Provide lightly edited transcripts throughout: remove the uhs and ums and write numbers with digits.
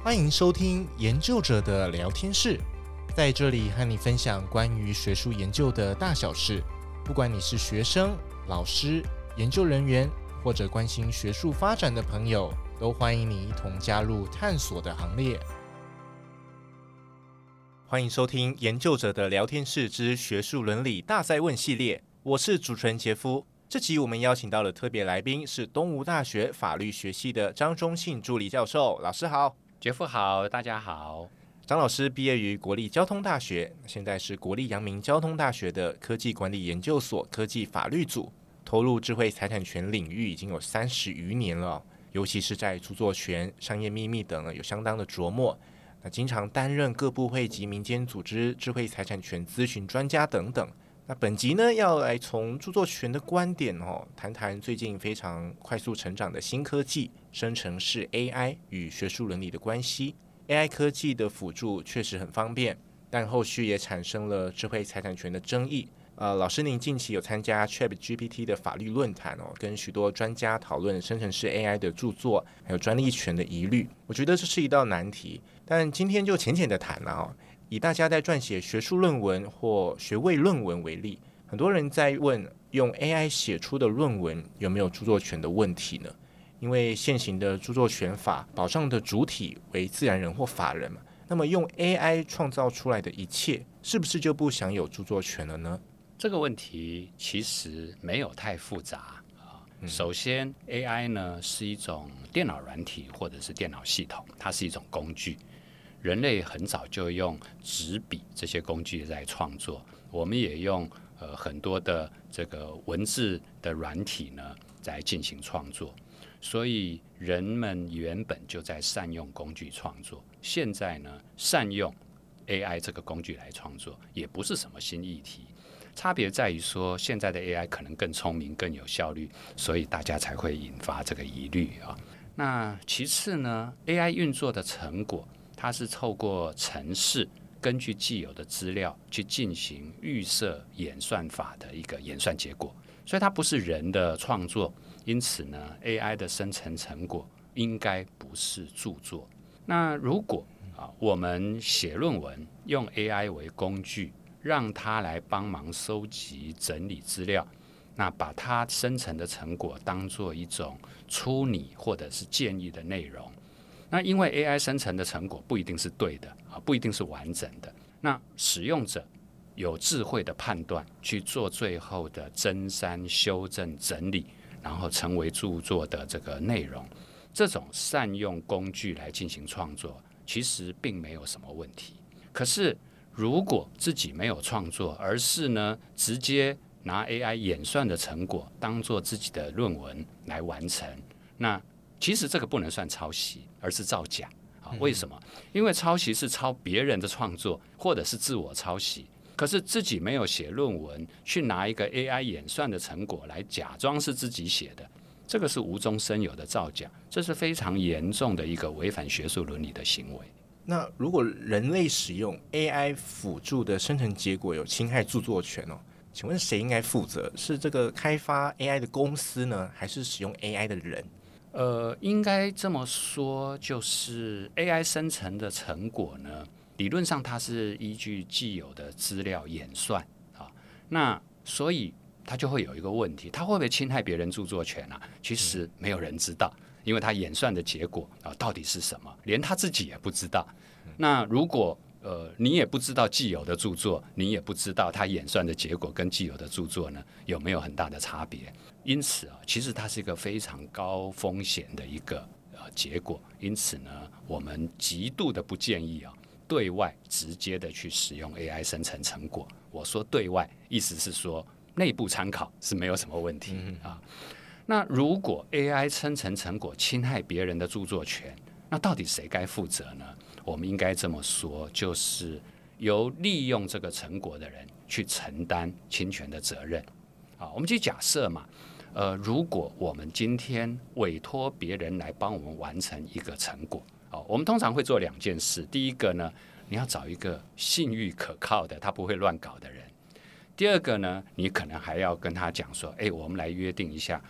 欢迎收听研究者的聊天室，在这里和你分享关于学术研究的大小事。不管你是学生、老师、研究人员，或者关心学术发展的朋友，都欢迎你一同加入探索的行列。欢迎收听研究者的聊天室之学术伦理大赛问系列，我是主持人杰夫。这集我们邀请到的特别来宾是东吴大学法律学系的张忠信助理教授，老师好。 杰夫好，大家好。 张老师毕业于国立交通大学，现在是国立阳明交通大学的科技管理研究所科技法律组，投入智慧财产权领域已经有30余年了，尤其是在著作权、商业秘密等有相当的琢磨。那经常担任各部会及民间组织智慧财产权咨询专家等等。那本集呢，要来从著作权的观点谈谈最近非常快速成长的新科技生成式 AI 与学术伦理的关系。AI 科技的辅助确实很方便，但后续也产生了智慧财产权的争议。老师您近期有参加 ChatGPT 的法律论坛跟许多专家讨论生成式 AI 的著作还有专利权的疑虑，我觉得这是一道难题。但今天就浅浅的谈了以大家在撰写学术论文或学位论文为例，很多人在问用 AI 写出的论文有没有著作权的问题呢？因为现行的著作权法保障的主体为自然人或法人嘛，那么用 AI 创造出来的一切，是不是就不享有著作权了呢？ 这个问题其实没有太复杂首先 AI 呢是一种电脑软体或者是电脑系统，它是一种工具。人类很早就用纸笔这些工具在创作，我们也用很多的这个文字的软体呢在进行创作，所以人们原本就在善用工具创作。现在呢，善用 AI 这个工具来创作也不是什么新议题，差别在于说现在的 AI 可能更聪明更有效率，所以大家才会引发这个疑虑那其次呢， AI 运作的成果它是透过程式根据既有的资料去进行预设演算法的一个演算结果，所以它不是人的创作，因此呢 AI 的生成成果应该不是著作。那如果我们写论文用 AI 为工具，让它来帮忙收集整理资料，那把它生成的成果当作一种初拟或者是建议的内容，那因为 AI 生成的成果不一定是对的不一定是完整的，那使用者有智慧的判断去做最后的增删、修正、整理，然后成为著作的这个内容。这种善用工具来进行创作其实并没有什么问题。可是如果自己没有创作，而是呢直接拿 AI 演算的成果当做自己的论文来完成，那其实这个不能算抄袭，而是造假为什么？因为抄袭是抄别人的创作，或者是自我抄袭，可是自己没有写论文，去拿一个 AI 演算的成果来假装是自己写的，这个是无中生有的造假，这是非常严重的一个违反学术伦理的行为。 那如果人类使用 AI 辅助的生成结果有侵害著作权请问谁应该负责？是这个开发 AI 的公司呢，还是使用 AI 的人？ 应该这么说，就是 AI 生成的成果呢，理论上它是依据既有的资料演算那所以它就会有一个问题，它会不会侵害别人著作权其实没有人知道，因为它演算的结果到底是什么，连他自己也不知道。那如果你也不知道既有的著作，你也不知道它演算的结果跟既有的著作呢有没有很大的差别，因此其实它是一个非常高风险的一个结果。因此呢，我们极度的不建议对外直接的去使用 AI 生成成果。我说对外，意思是说内部参考是没有什么问题那如果 AI 生成成果侵害别人的著作权，那到底谁该负责呢？我们应该这么说，就是由利用这个成果的人去承担侵权的责任我们就假设嘛，如果我们今天委托别人来帮我们完成一个成果我们通常会做2件事。第一个呢，你要找一个信誉可靠的，他不会乱搞的人。第二个呢，你可能还要跟他讲说，我们来约定一下，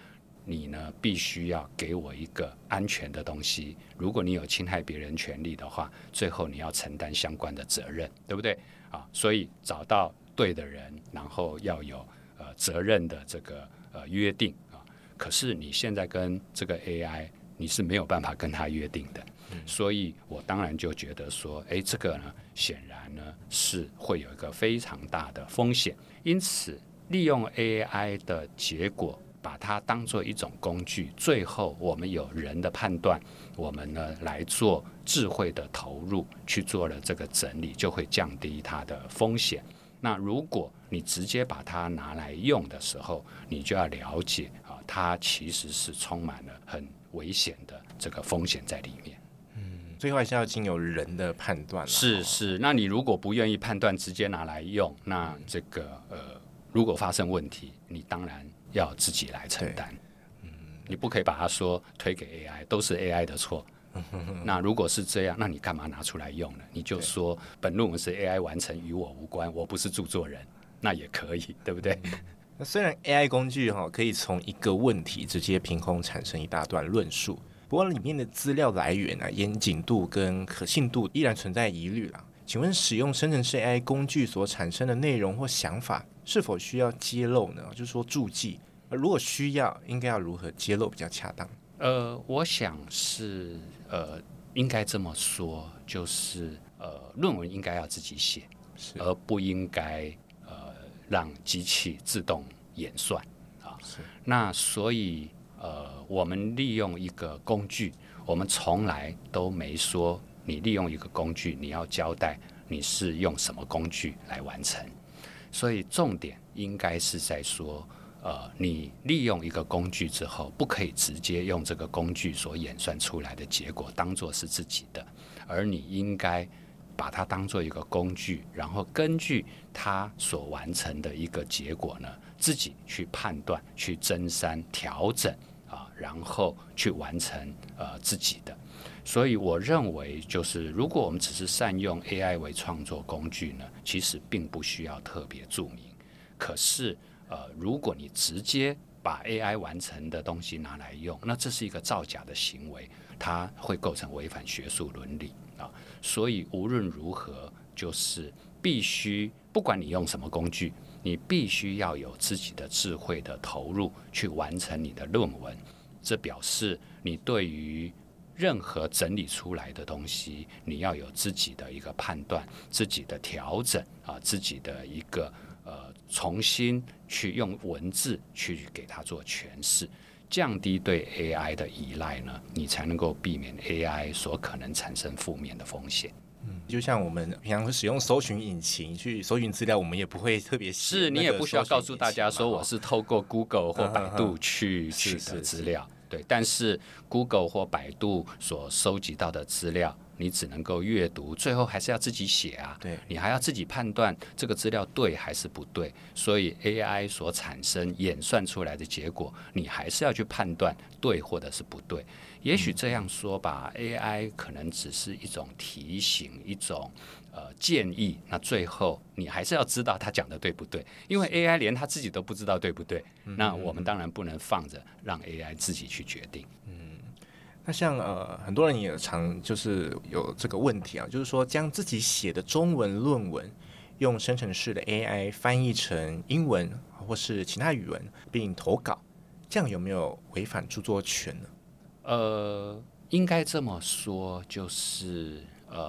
你呢必须要给我一个安全的东西。如果你有侵害别人权利的话，最后你要承担相关的责任，对不对啊？所以找到对的人，然后要有责任的这个约定啊。可是你现在跟这个 AI， 你是没有办法跟他约定的。所以我当然就觉得说，这个呢，显然呢是会有一个非常大的风险。因此，利用 AI 的结果，把它当做一种工具，最后我们有人的判断，我们呢来做智慧的投入，去做了这个整理，就会降低它的风险。那如果你直接把它拿来用的时候，你就要了解啊，它其实是充满了很危险的这个风险在里面。 最后还是要经由人的判断。 是，那你如果不愿意判断，直接拿来用，那这个如果发生问题，你当然要自己来承担。你不可以把它说推给 AI， 都是 AI 的错。那如果是这样，那你干嘛拿出来用呢？你就说本论文是 AI 完成，与我无关，我不是著作人，那也可以，对不对？ 那虽然 AI 工具可以从一个问题直接凭空产生一大段论述，不过里面的资料来源严谨度跟可信度依然存在疑虑啦。请问使用生成式 AI 工具所产生的内容或想法是否需要揭露呢？就是说注记，如果需要，应该要如何揭露比较恰当？ 我想是应该这么说，就是论文应该要自己写，而不应该让机器自动演算啊。那所以我们利用一个工具，我们从来都没说你利用一个工具，你要交代你是用什么工具来完成。所以重点应该是在说，你利用一个工具之后，不可以直接用这个工具所演算出来的结果当作是自己的，而你应该把它当作一个工具，然后根据它所完成的一个结果呢，自己去判断、去增删、调整啊，然后去完成自己的。所以我认为，就是如果我们只是善用 AI 为创作工具呢，其实并不需要特别注明。可是如果你直接把 AI 完成的东西拿来用，那这是一个造假的行为，它会构成违反学术伦理啊。所以无论如何，就是必须，不管你用什么工具，你必须要有自己的智慧的投入去完成你的论文。这表示你对于任何整理出来的东西，你要有自己的一个判断、自己的调整啊，自己的一个重新去用文字去给它做诠释，降低对 AI 的依赖呢，你才能够避免 AI 所可能产生负面的风险。 就像我们平常会使用搜寻引擎去搜寻资料，我们也不会特别是你也不需要告诉大家说我是透过 Google 或百度去取得资料。对，但是 Google 或百度所收集到的资料，你只能够阅读，最后还是要自己写啊。 对， 你还要自己判断这个资料对还是不对。所以 AI 所产生演算出来的结果，你还是要去判断对或者是不对。也许这样说吧，AI 可能只是一种提醒，一种建议，那最后你还是要知道他讲的对不对，因为 AI 连他自己都不知道对不对。那我们当然不能放着让 AI 自己去决定。 那像很多人也常就是有这个问题啊，就是说将自己写的中文论文用生成式的 AI 翻译成英文或是其他语文并投稿，这样有没有违反著作权呢？ 应该这么说，就是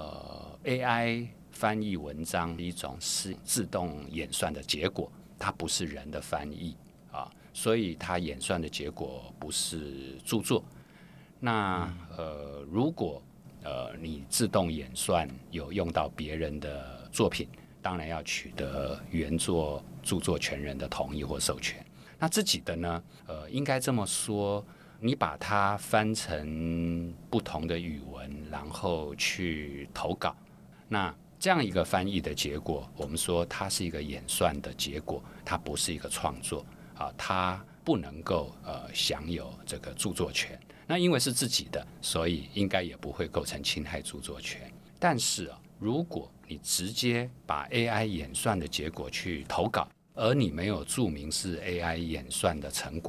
AI 翻译文章一种是自动演算的结果，它不是人的翻译啊，所以它演算的结果不是著作。那如果你自动演算有用到别人的作品，当然要取得原作著作权人的同意或授权。那自己的呢，应该这么说，你把它翻成不同的语文，然后去投稿，那这样一个翻译的结果，我们说它是一个演算的结果，它不是一个创作啊，它不能够享有这个著作权。那因为是自己的，所以应该也不会构成侵害著作权。但是如果你直接把 AI 演算的结果去投稿，而你没有注明是 AI 演算的成果，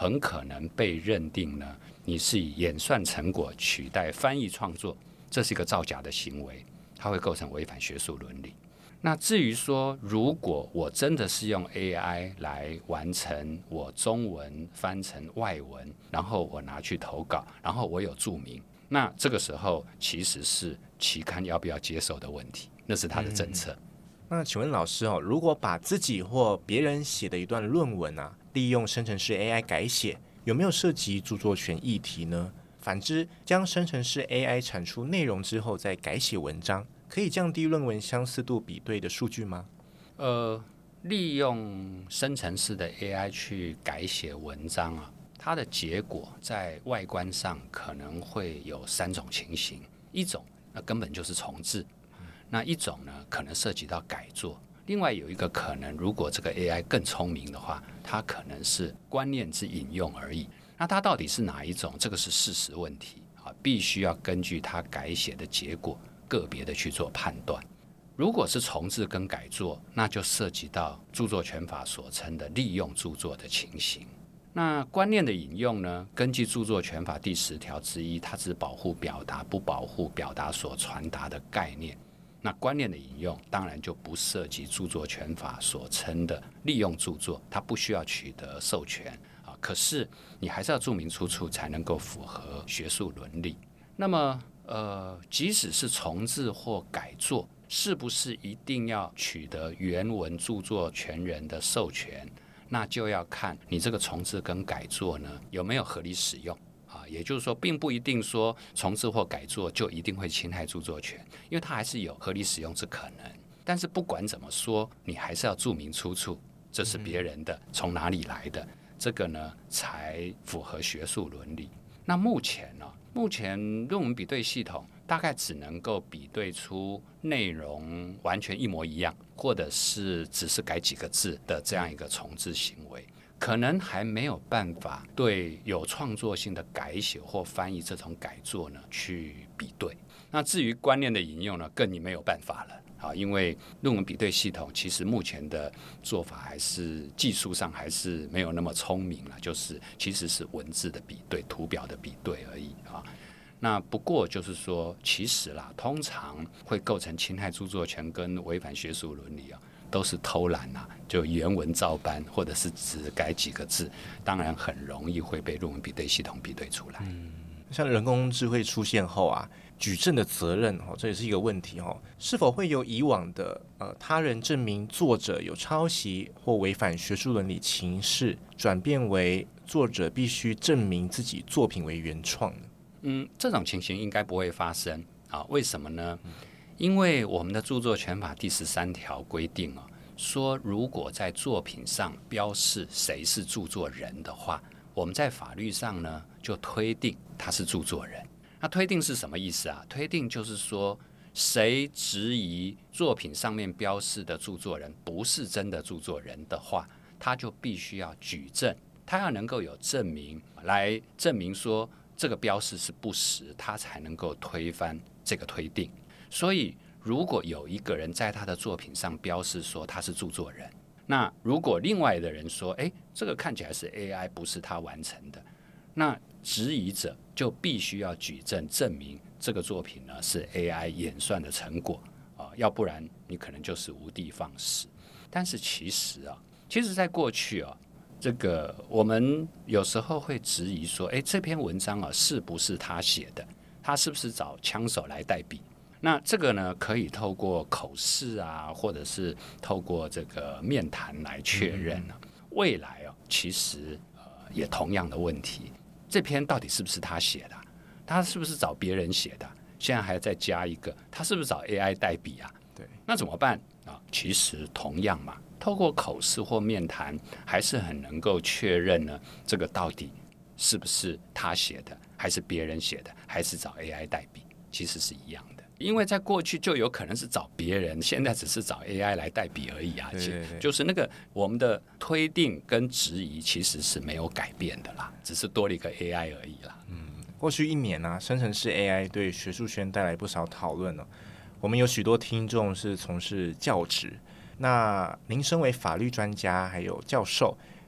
很可能被认定呢，你是以演算成果取代翻译创作，这是一个造假的行为，它会构成违反学术伦理。那至于说，如果我真的是用 AI 来完成我中文翻成外文，然后我拿去投稿，然后我有注明，那这个时候其实是期刊要不要接受的问题，那是他的政策。 那请问老师哦，如果把自己或别人写的一段论文啊，利用生成式 AI 改写，有没有涉及著作权议题呢？反之，将生成式 AI 产出内容之后再改写文章，可以降低论文相似度比对的数据吗？ 利用生成式的 AI 去改写文章啊，它的结果在外观上可能会有3种情形，一种那根本就是重制，那一种呢可能涉及到改作，另外有一个可能，如果这个 AI 更聪明的话，它可能是观念之引用而已。那它到底是哪一种？这个是事实问题啊，必须要根据它改写的结果个别的去做判断。如果是重制跟改作，那就涉及到著作权法所称的利用著作的情形。那观念的引用呢？根据著作权法第10条之一，它只保护表达，不保护表达所传达的概念。那观念的引用当然就不涉及著作权法所称的利用著作，它不需要取得授权啊。可是你还是要注明出处，才能够符合学术伦理。那么即使是重制或改作，是不是一定要取得原文著作权人的授权？那就要看你这个重制跟改作呢有没有合理使用啊。也就是说，并不一定说重制或改作就一定会侵害著作权，因为它还是有合理使用之可能。但是不管怎么说，你还是要注明出处，这是别人的，从哪里来的，这个呢才符合学术伦理。那目前论文比对系统大概只能够比对出内容完全一模一样，或者是只是改几个字的这样一个重制行为，可能还没有办法对有创作性的改写或翻译这种改作呢去比对。那至于观念的引用呢，更没有办法了啊，因为论文比对系统其实目前的做法还是技术上还是没有那么聪明了，就是其实是文字的比对、图表的比对而已啊。那不过就是说，其实啦，通常会构成侵害著作权跟违反学术伦理啊，都是偷懒啊，就原文照搬，或者是只改几个字，当然很容易会被论文比对系统比对出来。 像人工智慧出现后啊，举证的责任这也是一个问题是否会由以往的他人证明作者有抄袭或违反学术伦理情势，转变为作者必须证明自己作品为原创呢？ 这种情形应该不会发生啊？为什么呢？因为我们的著作权法第13条规定说如果在作品上标示谁是著作人的话，我们在法律上呢就推定他是著作人。那推定是什么意思啊？推定就是说，谁质疑作品上面标示的著作人不是真的著作人的话，他就必须要举证，他要能够有证明来证明说这个标示是不实，他才能够推翻这个推定。所以如果有一个人在他的作品上标示说他是著作人，那如果另外的人说这个看起来是 AI 不是他完成的，那质疑者就必须要举证证明这个作品呢是 AI 演算的成果要不然你可能就是无的放矢。但是其实在过去这个我们有时候会质疑说，这篇文章是不是他写的？他是不是找枪手来代笔？那这个呢，可以透过口试或者是透过这个面谈来确认未来其实也同样的问题，这篇到底是不是他写的？他是不是找别人写的？现在还再加一个，他是不是找 AI 代笔啊？ 对， 那怎么办其实同样嘛。透过口试或面谈，还是很能够确认呢，这个到底是不是他写的，还是别人写的，还是找 AI 代笔，其实是一样的。因为在过去就有可能是找别人，现在只是找 AI 来代笔而已啊。 对， 就是那个我们的推定跟质疑其实是没有改变的啦，只是多了一个 AI 而已啦。 过去1年生成式 AI 对学术圈带来不少讨论我们有许多听众是从事教职。那您身为法律专家还有教授，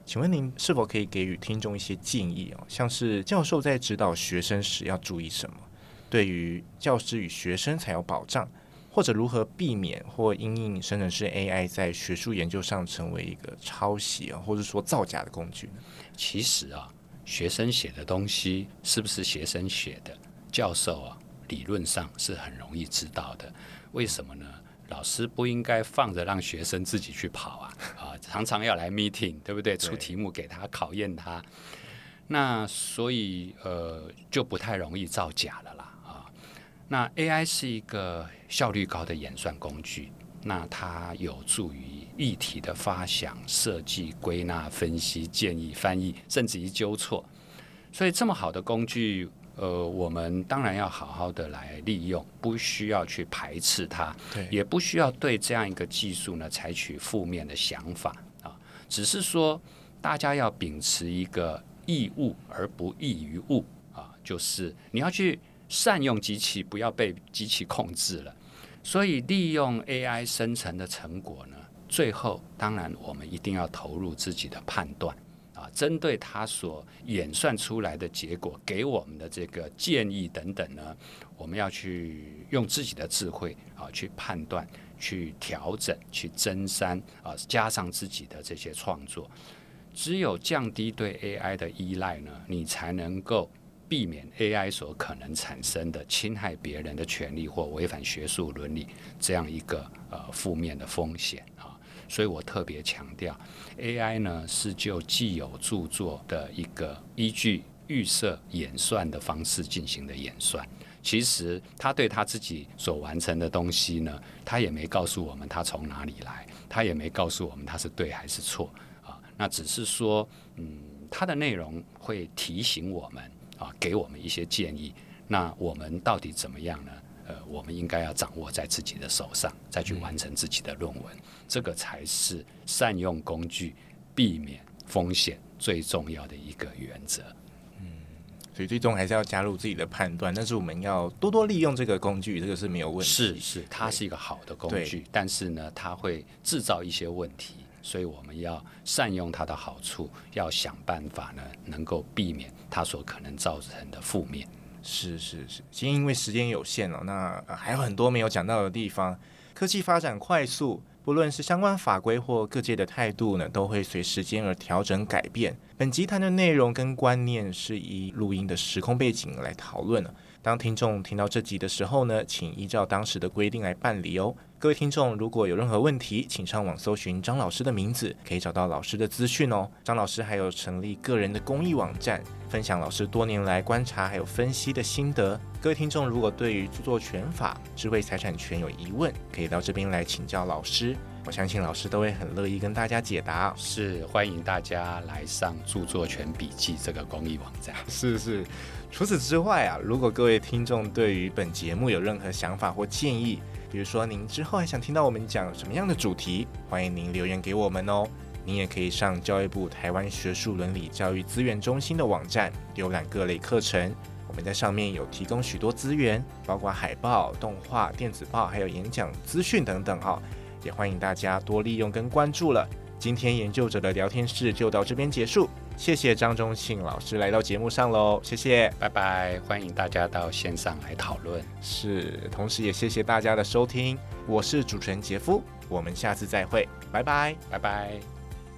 请问您是否可以给予听众一些建议像是教授在指导学生时要注意什么，对于教师与学生才有保障，或者如何避免或因应生成式 AI 在学术研究上成为一个抄袭或者说造假的工具呢？ 其实学生写的东西是不是学生写的，教授理论上是很容易知道的。为什么呢？老师不应该放着让学生自己去跑常常要来 meeting， 对不对？出题目给他，考验他。那所以就不太容易造假了啦那 AI 是一个效率高的演算工具，那它有助于议题的发想、设计、归纳、分析、建议、翻译，甚至于纠错。所以这么好的工具，我们当然要好好的来利用，不需要去排斥它，也不需要对这样一个技术呢采取负面的想法只是说大家要秉持一个益物而不益于物就是你要去善用机器，不要被机器控制了。所以利用 AI 生成的成果呢，最后当然我们一定要投入自己的判断针对它所演算出来的结果给我们的这个建议等等呢，我们要去用自己的智慧去判断、去调整、去增删加上自己的这些创作。只有降低对 AI 的依赖呢，你才能够避免 AI 所可能产生的侵害别人的权利或违反学术伦理这样一个负面的风险所以我特别强调 AI 呢是就既有著作的一个依据预设演算的方式进行的演算。其实他对他自己所完成的东西呢，他也没告诉我们他从哪里来，他也没告诉我们他是对还是错那只是说他的内容会提醒我们给我们一些建议。那我们到底怎么样呢？我们应该要掌握在自己的手上，再去完成自己的论文，这个才是善用工具、避免风险最重要的一个原则。 所以最终还是要加入自己的判断，但是我们要多多利用这个工具，这个是没有问题。 是，它是一个好的工具，但是呢，它会制造一些问题，所以我们要善用它的好处，要想办法呢，能够避免它所可能造成的负面。 是，今天因为时间有限那还有很多没有讲到的地方。科技发展快速，不论是相关法规或各界的态度呢，都会随时间而调整改变。本集谈的内容跟观念是以录音的时空背景来讨论当听众听到这集的时候呢，请依照当时的规定来办理各位听众如果有任何问题，请上网搜寻张老师的名字，可以找到老师的资讯张老师还有成立个人的公益网站，分享老师多年来观察还有分析的心得。各位听众如果对于著作权法、智慧财产权有疑问，可以到这边来请教老师，我相信老师都会很乐意跟大家解答是，欢迎大家来上著作权笔记这个公益网站。 是。除此之外如果各位听众对于本节目有任何想法或建议，比如说您之后还想听到我们讲什么样的主题，欢迎您留言给我们您也可以上教育部台湾学术伦理教育资源中心的网站浏览各类课程，我们在上面有提供许多资源，包括海报、动画、电子报还有演讲资讯等等也欢迎大家多利用跟关注了。今天研究者的聊天室就到这边结束，谢谢张忠信老师来到节目上喽，谢谢， 拜拜，欢迎大家到线上来讨论。 是，同时也谢谢大家的收听，我是主持人杰夫，我们下次再会，拜拜， 拜拜。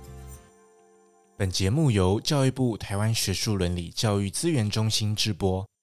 本节目由教育部台湾学术伦理教育资源中心制播。